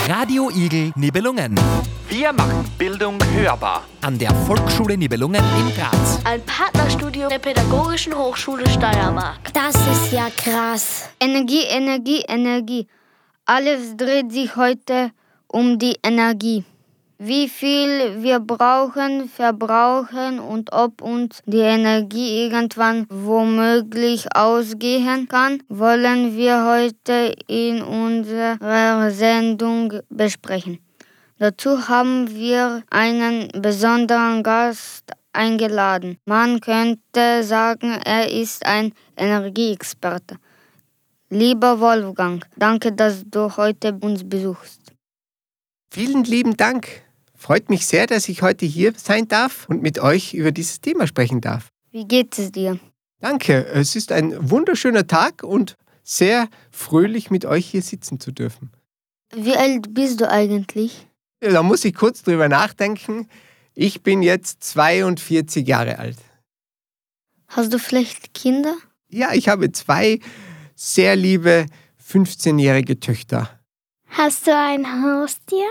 Radio Igel Nibelungen. Wir machen Bildung hörbar. An der Volksschule Nibelungen in Graz. Ein Partnerstudio der Pädagogischen Hochschule Steiermark. Das ist ja krass. Energie, Energie, Energie. Alles dreht sich heute um die Energie. Wie viel wir brauchen, verbrauchen und ob uns die Energie irgendwann womöglich ausgehen kann, wollen wir heute in unserer Sendung besprechen. Dazu haben wir einen besonderen Gast eingeladen. Man könnte sagen, er ist ein Energieexperte. Lieber Wolfgang, danke, dass du heute uns besuchst. Vielen lieben Dank. Freut mich sehr, dass ich heute hier sein darf und mit euch über dieses Thema sprechen darf. Wie geht es dir? Danke, es ist ein wunderschöner Tag und sehr fröhlich, mit euch hier sitzen zu dürfen. Wie alt bist du eigentlich? Da muss ich kurz drüber nachdenken. Ich bin jetzt 42 Jahre alt. Hast du vielleicht Kinder? Ja, ich habe 2 sehr liebe 15-jährige Töchter. Hast du ein Haustier?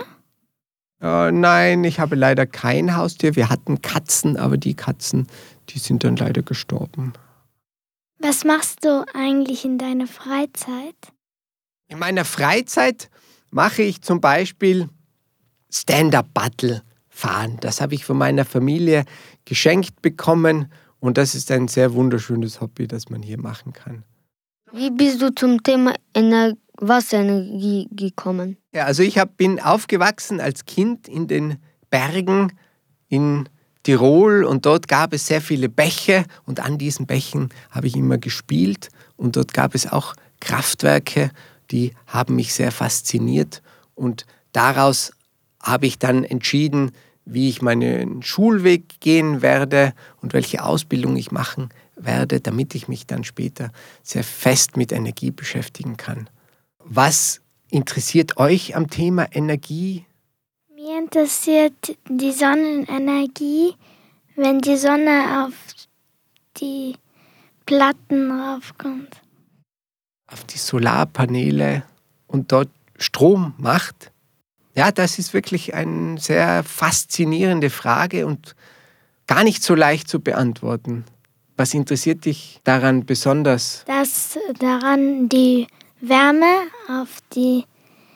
Nein, ich habe leider kein Haustier. Wir hatten Katzen, aber die Katzen, die sind dann leider gestorben. Was machst du eigentlich in deiner Freizeit? In meiner Freizeit mache ich zum Beispiel Stand-Up-Battle fahren. Das habe ich von meiner Familie geschenkt bekommen und das ist ein sehr wunderschönes Hobby, das man hier machen kann. Wie bist du zum Thema Wasserenergie gekommen? Ja, also ich bin aufgewachsen als Kind in den Bergen in Tirol und dort gab es sehr viele Bäche und an diesen Bächen habe ich immer gespielt und dort gab es auch Kraftwerke, die haben mich sehr fasziniert und daraus habe ich dann entschieden, wie ich meinen Schulweg gehen werde und welche Ausbildung ich machen werde, damit ich mich dann später sehr fest mit Energie beschäftigen kann. Was interessiert euch am Thema Energie? Mir interessiert die Sonnenenergie, wenn die Sonne auf die Platten raufkommt. Auf die Solarpaneele und dort Strom macht? Ja, das ist wirklich eine sehr faszinierende Frage und gar nicht so leicht zu beantworten. Was interessiert dich daran besonders? Dass daran die Wärme auf die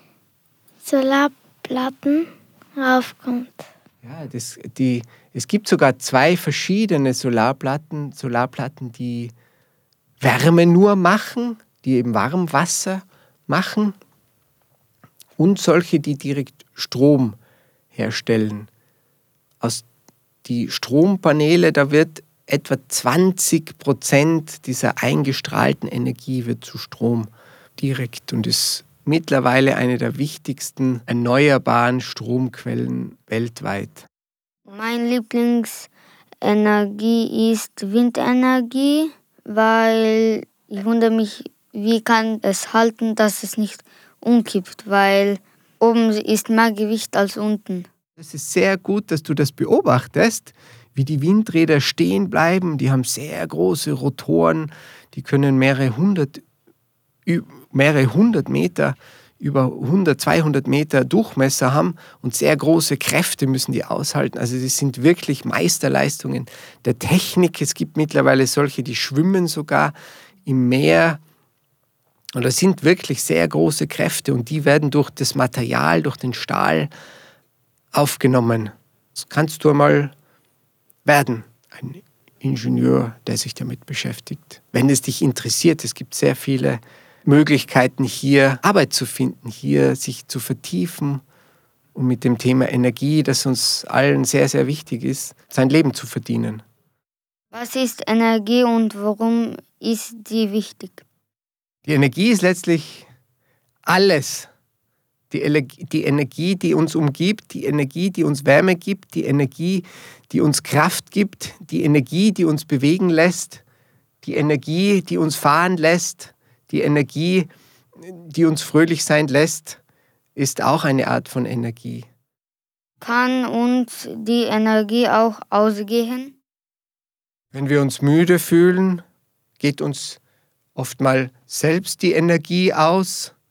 Solarplatten raufkommt. Ja, es gibt sogar 2 verschiedene Solarplatten, die Wärme nur machen, die eben Warmwasser machen und solche, die direkt Strom herstellen. Aus die Strompaneele, da wird etwa 20% dieser eingestrahlten Energie wird zu Strom direkt und ist mittlerweile eine der wichtigsten erneuerbaren Stromquellen weltweit. Meine Lieblingsenergie ist Windenergie, weil ich wundere mich, wie kann es halten, dass es nicht umkippt, weil oben ist mehr Gewicht als unten. Es ist sehr gut, dass du das beobachtest, wie die Windräder stehen bleiben. Die haben sehr große Rotoren, die können mehrere hundert Meter, über 100, 200 Meter Durchmesser haben und sehr große Kräfte müssen die aushalten. Also das sind wirklich Meisterleistungen der Technik. Es gibt mittlerweile solche, die schwimmen sogar im Meer. Und das sind wirklich sehr große Kräfte und die werden durch das Material, durch den Stahl aufgenommen. Das kannst du einmal werden, ein Ingenieur, der sich damit beschäftigt. Wenn es dich interessiert, es gibt sehr viele Möglichkeiten, hier Arbeit zu finden, hier sich zu vertiefen und mit dem Thema Energie, das uns allen sehr, sehr wichtig ist, sein Leben zu verdienen. Was ist Energie und warum ist die wichtig? Die Energie ist letztlich alles. Die Energie, die uns umgibt, die Energie, die uns Wärme gibt, die Energie, die uns Kraft gibt, die Energie, die uns bewegen lässt, die Energie, die uns fahren lässt, die Energie, die uns fröhlich sein lässt, ist auch eine Art von Energie. Kann uns die Energie auch ausgehen? Wenn wir uns müde fühlen, geht uns oft mal selbst die Energie aus.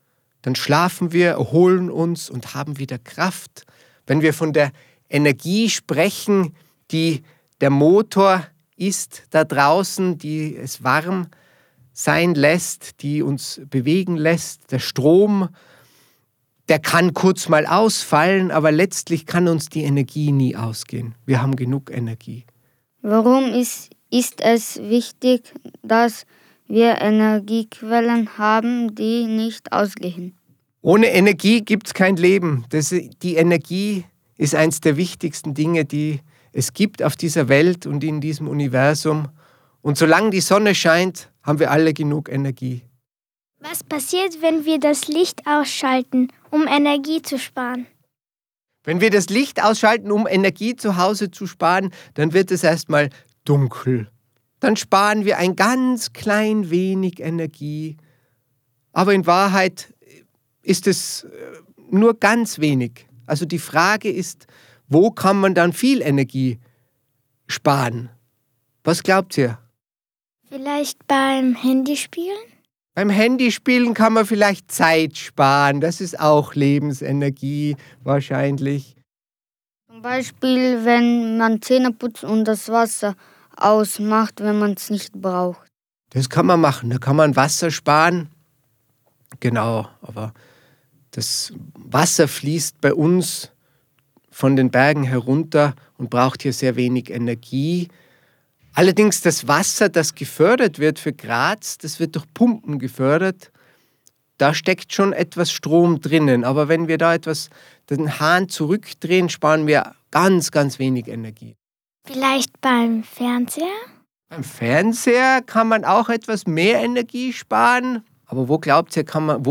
dann schlafen wir, erholen uns und haben wieder Kraft. Wenn wir von der Energie sprechen, die der Motor ist da draußen, die es warm sein lässt, die uns bewegen lässt, der Strom, der kann kurz mal ausfallen, aber letztlich kann uns die Energie nie ausgehen. Wir haben genug Energie. Warum ist es wichtig, dass wir Energiequellen haben, die nicht ausgehen? Ohne Energie gibt es kein Leben. Die Energie ist eines der wichtigsten Dinge, die es gibt auf dieser Welt und in diesem Universum. Und solange die Sonne scheint, haben wir alle genug Energie. Was passiert, wenn wir das Licht ausschalten, um Energie zu sparen? Wenn wir das Licht ausschalten, um Energie zu Hause zu sparen, dann wird es erstmal dunkel. Dann sparen wir ein ganz klein wenig Energie. Aber in Wahrheit ist es nur ganz wenig. Also die Frage ist, wo kann man dann viel Energie sparen? Was glaubt ihr? Vielleicht beim Handyspielen? Beim Handyspielen kann man vielleicht Zeit sparen. Das ist auch Lebensenergie wahrscheinlich. Zum Beispiel, wenn man Zähne putzt und das Wasser ausmacht, wenn man es nicht braucht. Das kann man machen. Da kann man Wasser sparen. Genau, aber das Wasser fließt bei uns von den Bergen herunter und braucht hier sehr wenig Energie. Allerdings das Wasser, das gefördert wird für Graz, das wird durch Pumpen gefördert. Da steckt schon etwas Strom drinnen. Aber wenn wir da den Hahn zurückdrehen, sparen wir ganz, ganz wenig Energie. Vielleicht beim Fernseher? Beim Fernseher kann man auch etwas mehr Energie sparen. Aber wo glaubt ihr,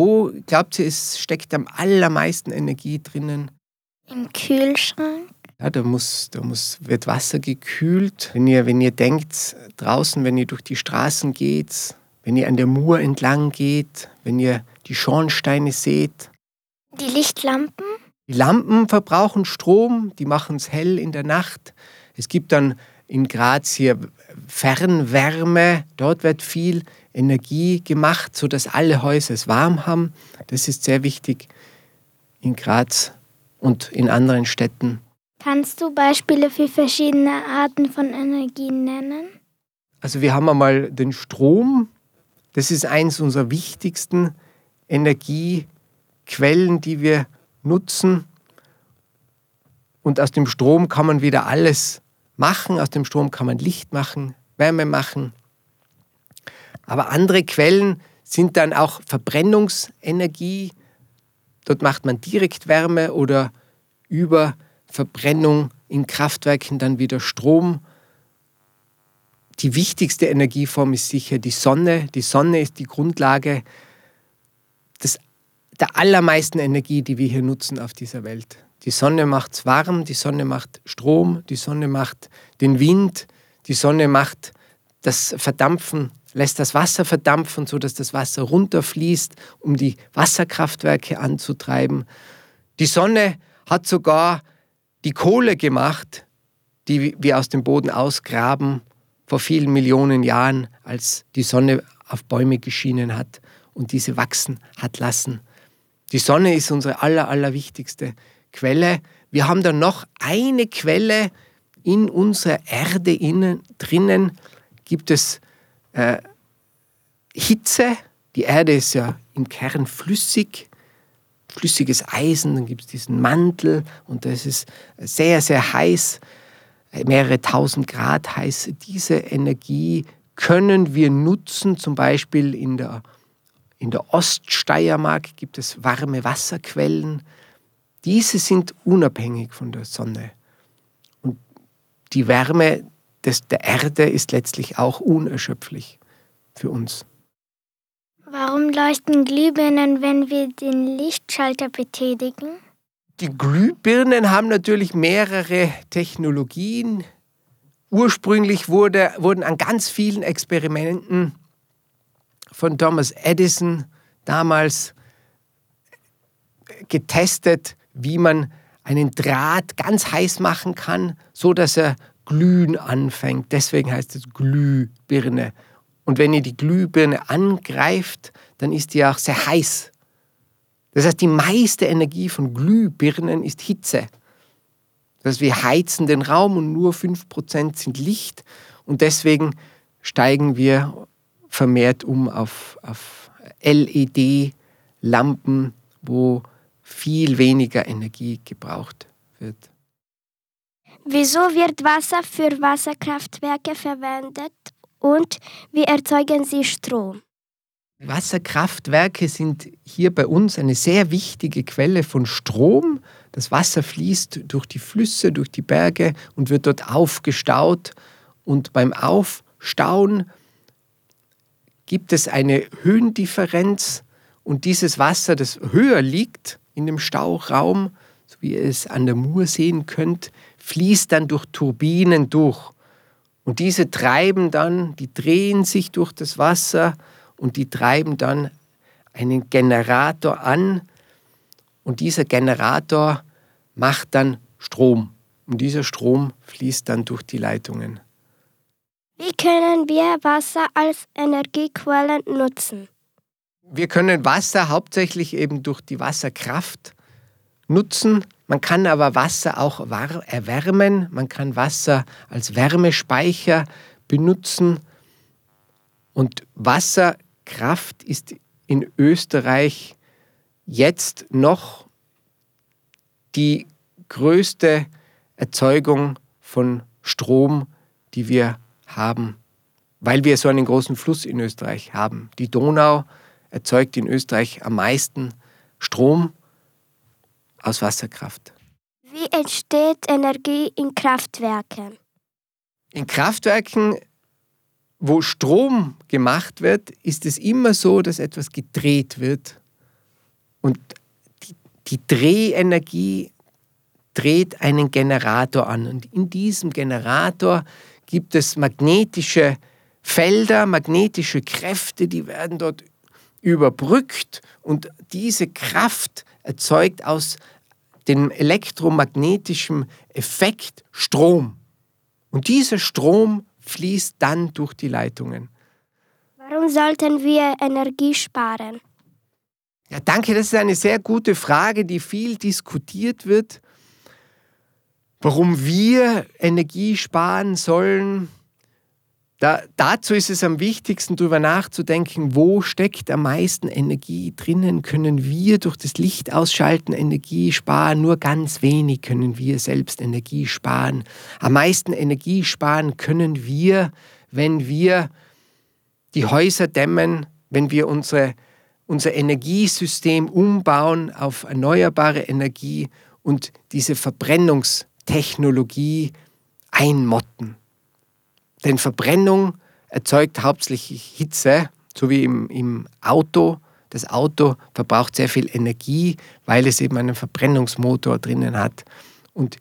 es steckt am allermeisten Energie drinnen? Im Kühlschrank? Ja, wird Wasser gekühlt. Wenn ihr denkt, draußen, wenn ihr durch die Straßen geht, wenn ihr an der Mur entlang geht, wenn ihr die Schornsteine seht. Die Lichtlampen? Die Lampen verbrauchen Strom, die machen es hell in der Nacht. Es gibt dann in Graz hier Fernwärme, dort wird viel Energie gemacht, sodass alle Häuser es warm haben. Das ist sehr wichtig in Graz und in anderen Städten. Kannst du Beispiele für verschiedene Arten von Energie nennen? Also wir haben einmal den Strom. Das ist eines unserer wichtigsten Energiequellen, die wir nutzen. Und aus dem Strom kann man wieder alles machen. Aus dem Strom kann man Licht machen, Wärme machen. Aber andere Quellen sind dann auch Verbrennungsenergie. Dort macht man direkt Wärme oder über Verbrennung in Kraftwerken dann wieder Strom. Die wichtigste Energieform ist sicher die Sonne. Die Sonne ist die Grundlage der allermeisten Energie, die wir hier nutzen auf dieser Welt. Die Sonne macht es warm, die Sonne macht Strom, die Sonne macht den Wind, die Sonne macht das Verdampfen, lässt das Wasser verdampfen, sodass das Wasser runterfließt, um die Wasserkraftwerke anzutreiben. Die Sonne hat sogar die Kohle gemacht, die wir aus dem Boden ausgraben, vor vielen Millionen Jahren, als die Sonne auf Bäume geschienen hat und diese wachsen hat lassen. Die Sonne ist unsere allerwichtigste Quelle. Wir haben dann noch eine Quelle in unserer Erde drinnen, gibt es Hitze. Die Erde ist ja im Kern flüssiges Eisen, dann gibt es diesen Mantel und das ist sehr, sehr heiß, mehrere tausend Grad heiß. Diese Energie können wir nutzen, zum Beispiel in der Oststeiermark gibt es warme Wasserquellen. Diese sind unabhängig von der Sonne. Und die Wärme der Erde ist letztlich auch unerschöpflich für uns. Warum leuchten Glühbirnen, wenn wir den Lichtschalter betätigen? Die Glühbirnen haben natürlich mehrere Technologien. Ursprünglich wurden an ganz vielen Experimenten von Thomas Edison damals getestet, wie man einen Draht ganz heiß machen kann, so dass er glühen anfängt. Deswegen heißt es Glühbirne. Und wenn ihr die Glühbirne angreift, dann ist die auch sehr heiß. Das heißt, die meiste Energie von Glühbirnen ist Hitze. Das heißt, wir heizen den Raum und nur 5% sind Licht und deswegen steigen wir vermehrt um auf LED-Lampen, wo viel weniger Energie gebraucht wird. Wieso wird Wasser für Wasserkraftwerke verwendet und wie erzeugen sie Strom? Wasserkraftwerke sind hier bei uns eine sehr wichtige Quelle von Strom. Das Wasser fließt durch die Flüsse, durch die Berge und wird dort aufgestaut. Und beim Aufstauen gibt es eine Höhendifferenz und dieses Wasser, das höher liegt in dem Stauraum, so wie ihr es an der Mur sehen könnt, fließt dann durch Turbinen durch. Und diese treiben dann, die drehen sich durch das Wasser und die treiben dann einen Generator an und dieser Generator macht dann Strom. Und dieser Strom fließt dann durch die Leitungen. Wie können wir Wasser als Energiequelle nutzen? Wir können Wasser hauptsächlich eben durch die Wasserkraft nutzen. Man kann aber Wasser auch erwärmen. Man kann Wasser als Wärmespeicher benutzen. Und Wasserkraft ist in Österreich jetzt noch die größte Erzeugung von Strom, die wir haben, weil wir so einen großen Fluss in Österreich haben. Die Donau erzeugt in Österreich am meisten Strom aus Wasserkraft. Wie entsteht Energie in Kraftwerken? In Kraftwerken, wo Strom gemacht wird, ist es immer so, dass etwas gedreht wird. Und die Drehenergie dreht einen Generator an. Und in diesem Generator gibt es magnetische Felder, magnetische Kräfte, die werden dort überbrückt. Und diese Kraft erzeugt aus dem elektromagnetischen Effekt Strom. Und dieser Strom fließt dann durch die Leitungen. Warum sollten wir Energie sparen? Ja, danke, das ist eine sehr gute Frage, die viel diskutiert wird. Warum wir Energie sparen sollen, dazu ist es am wichtigsten, darüber nachzudenken, wo steckt am meisten Energie drinnen. Können wir durch das Licht ausschalten Energie sparen? Nur ganz wenig können wir selbst Energie sparen. Am meisten Energie sparen können wir, wenn wir die Häuser dämmen, wenn wir unser Energiesystem umbauen auf erneuerbare Energie und diese Verbrennungstechnologie einmotten. Denn Verbrennung erzeugt hauptsächlich Hitze, so wie im Auto. Das Auto verbraucht sehr viel Energie, weil es eben einen Verbrennungsmotor drinnen hat. Und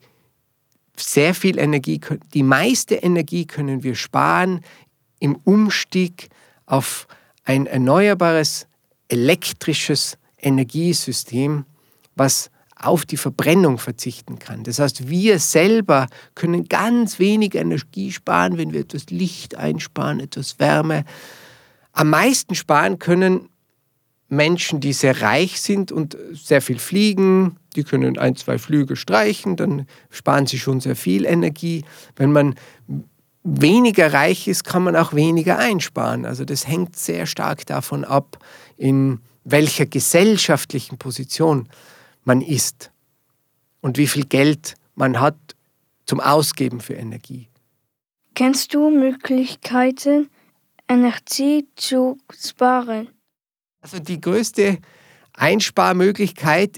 sehr viel Energie, die meiste Energie können wir sparen im Umstieg auf ein erneuerbares elektrisches Energiesystem, was auf die Verbrennung verzichten kann. Das heißt, wir selber können ganz wenig Energie sparen, wenn wir etwas Licht einsparen, etwas Wärme. Am meisten sparen können Menschen, die sehr reich sind und sehr viel fliegen. Die können 1, 2 Flüge streichen, dann sparen sie schon sehr viel Energie. Wenn man weniger reich ist, kann man auch weniger einsparen. Also das hängt sehr stark davon ab, in welcher gesellschaftlichen Position man ist und wie viel Geld man hat zum Ausgeben für Energie. Kennst du Möglichkeiten, Energie zu sparen? Also die größte Einsparmöglichkeit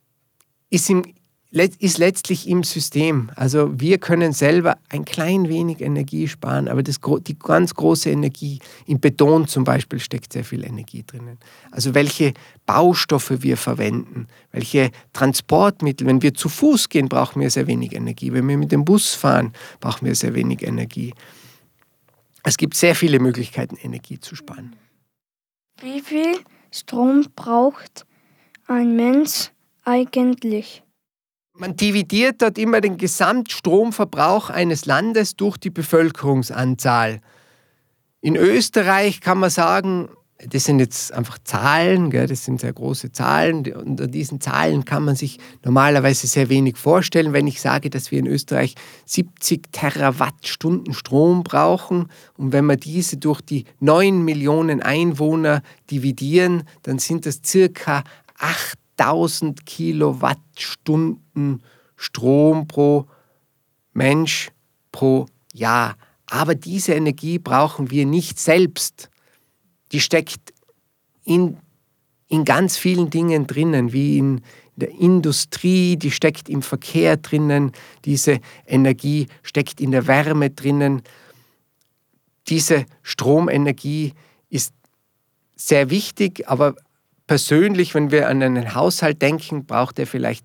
ist letztlich im System. Also wir können selber ein klein wenig Energie sparen, aber die ganz große Energie, im Beton zum Beispiel steckt sehr viel Energie drinnen. Also welche Baustoffe wir verwenden, welche Transportmittel. Wenn wir zu Fuß gehen, brauchen wir sehr wenig Energie. Wenn wir mit dem Bus fahren, brauchen wir sehr wenig Energie. Es gibt sehr viele Möglichkeiten, Energie zu sparen. Wie viel Strom braucht ein Mensch eigentlich? Man dividiert dort immer den Gesamtstromverbrauch eines Landes durch die Bevölkerungsanzahl. In Österreich kann man sagen, das sind jetzt einfach Zahlen, gell? Das sind sehr große Zahlen. Unter diesen Zahlen kann man sich normalerweise sehr wenig vorstellen. Wenn ich sage, dass wir in Österreich 70 Terawattstunden Strom brauchen und wenn wir diese durch die 9 Millionen Einwohner dividieren, dann sind das circa 8000 Kilowattstunden Strom pro Mensch pro Jahr. Aber diese Energie brauchen wir nicht selbst. Die steckt in ganz vielen Dingen drinnen, wie in der Industrie, die steckt im Verkehr drinnen, diese Energie steckt in der Wärme drinnen. Diese Stromenergie ist sehr wichtig, aber persönlich, wenn wir an einen Haushalt denken, braucht er vielleicht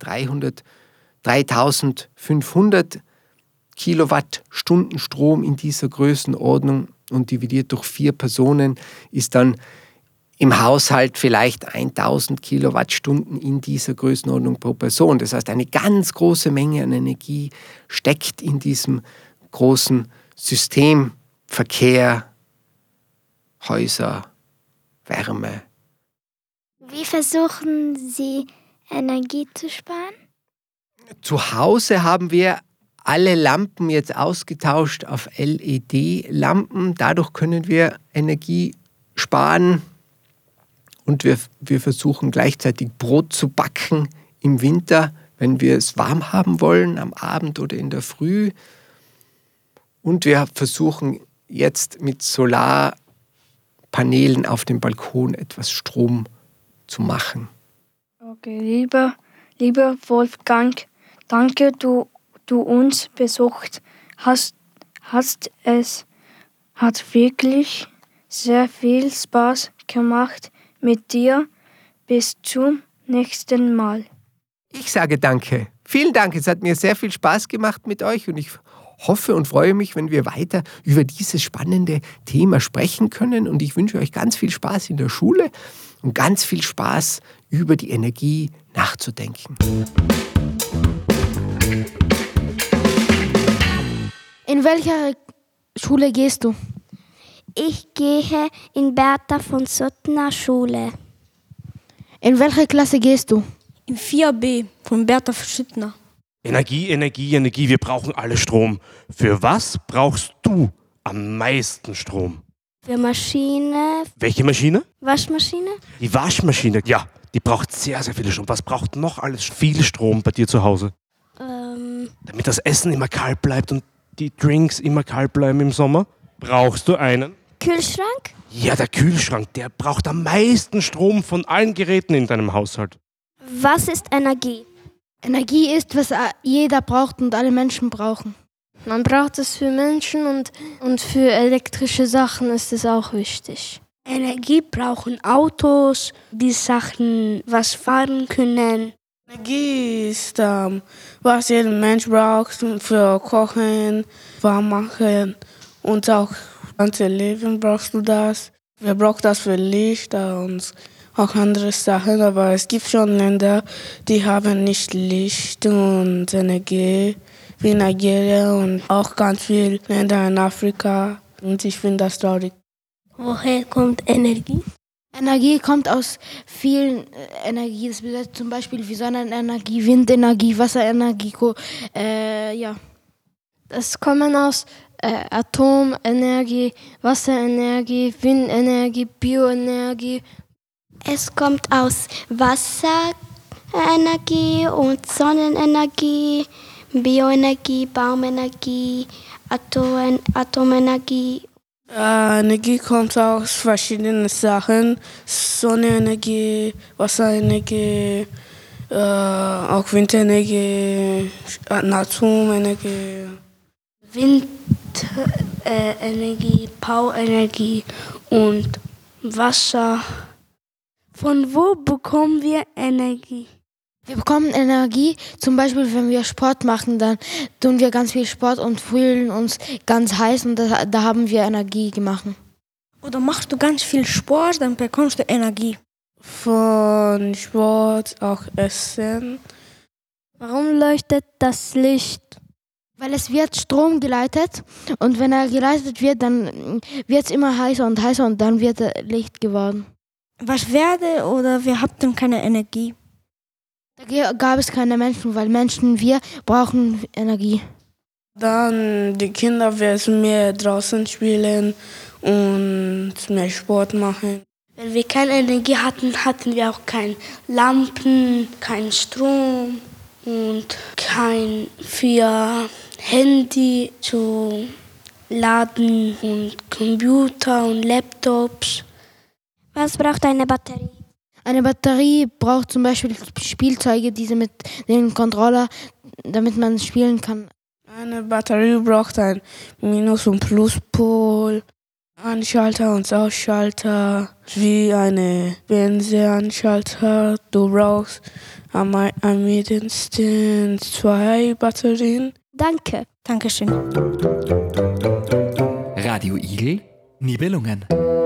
3500 Kilowattstunden Strom in dieser Größenordnung und dividiert durch 4 Personen ist dann im Haushalt vielleicht 1000 Kilowattstunden in dieser Größenordnung pro Person. Das heißt, eine ganz große Menge an Energie steckt in diesem großen System Verkehr, Häuser, Wärme. Wie versuchen Sie, Energie zu sparen? Zu Hause haben wir alle Lampen jetzt ausgetauscht auf LED-Lampen. Dadurch können wir Energie sparen und wir versuchen gleichzeitig Brot zu backen im Winter, wenn wir es warm haben wollen, am Abend oder in der Früh. Und wir versuchen jetzt mit Solarpanelen auf dem Balkon etwas Strom zu machen. Okay, lieber Wolfgang, danke, du uns besucht hast. Es hat wirklich sehr viel Spaß gemacht mit dir. Bis zum nächsten Mal. Ich sage danke. Vielen Dank. Es hat mir sehr viel Spaß gemacht mit euch und ich hoffe und freue mich, wenn wir weiter über dieses spannende Thema sprechen können. Und ich wünsche euch ganz viel Spaß in der Schule und ganz viel Spaß, über die Energie nachzudenken. In welcher Schule gehst du? Ich gehe in Bertha von Suttner Schule. In welche Klasse gehst du? In 4b von Bertha von Suttner. Energie. Wir brauchen alle Strom. Für was brauchst du am meisten Strom? Für Maschine. Welche Maschine? Waschmaschine. Die Waschmaschine, ja. Die braucht sehr, sehr viel Strom. Was braucht noch alles viel Strom bei dir zu Hause? Damit das Essen immer kalt bleibt und die Drinks immer kalt bleiben im Sommer, brauchst du einen Kühlschrank? Ja, der Kühlschrank, der braucht am meisten Strom von allen Geräten in deinem Haushalt. Was ist Energie? Energie ist, was jeder braucht und alle Menschen brauchen. Man braucht es für Menschen und für elektrische Sachen ist es auch wichtig. Energie brauchen Autos, die Sachen was fahren können. Energie ist, was jeder Mensch braucht für Kochen, warm machen und auch ganze Leben brauchst du das. Wir brauchen das für Licht und auch andere Sachen, aber es gibt schon Länder, die haben nicht Licht und Energie, wie Nigeria und auch ganz viele Länder in Afrika und ich finde das traurig. Woher kommt Energie? Energie kommt aus vielen Energien. Das bedeutet zum Beispiel wie Sonnenenergie, Windenergie, Wasserenergie. Ja. Das kommen aus Atomenergie, Wasserenergie, Windenergie, Bioenergie. Es kommt aus Wasserenergie und Sonnenenergie, Bioenergie, Baumenergie, Atomenergie. Energie kommt aus verschiedenen Sachen, Sonnenenergie, Wasserenergie, auch Windenergie, Atomenergie. Windenergie, Bauenergie und Wasser. Von wo bekommen wir Energie? Wir bekommen Energie, zum Beispiel wenn wir Sport machen, dann tun wir ganz viel Sport und fühlen uns ganz heiß und da haben wir Energie gemacht. Oder machst du ganz viel Sport, dann bekommst du Energie. Von Sport, auch Essen. Warum leuchtet das Licht? Weil es wird Strom geleitet und wenn er geleitet wird, dann wird es immer heißer und dann wird er Licht geworden. Was werde oder wir hatten keine Energie? Da gab es keine Menschen, weil wir brauchen Energie. Dann die Kinder werden mehr draußen spielen und mehr Sport machen. Wenn wir keine Energie hatten, hatten wir auch keine Lampen, keinen Strom und kein für Handy zu laden und Computer und Laptops. Was braucht eine Batterie? Eine Batterie braucht zum Beispiel Spielzeuge, diese mit dem Controller, damit man spielen kann. Eine Batterie braucht ein Minus- und Pluspol, Anschalter und Ausschalter, wie eine Fernsehanschalter. Du brauchst am mindestens 2 Batterien. Dankeschön. Radio Igel, Nibelungen.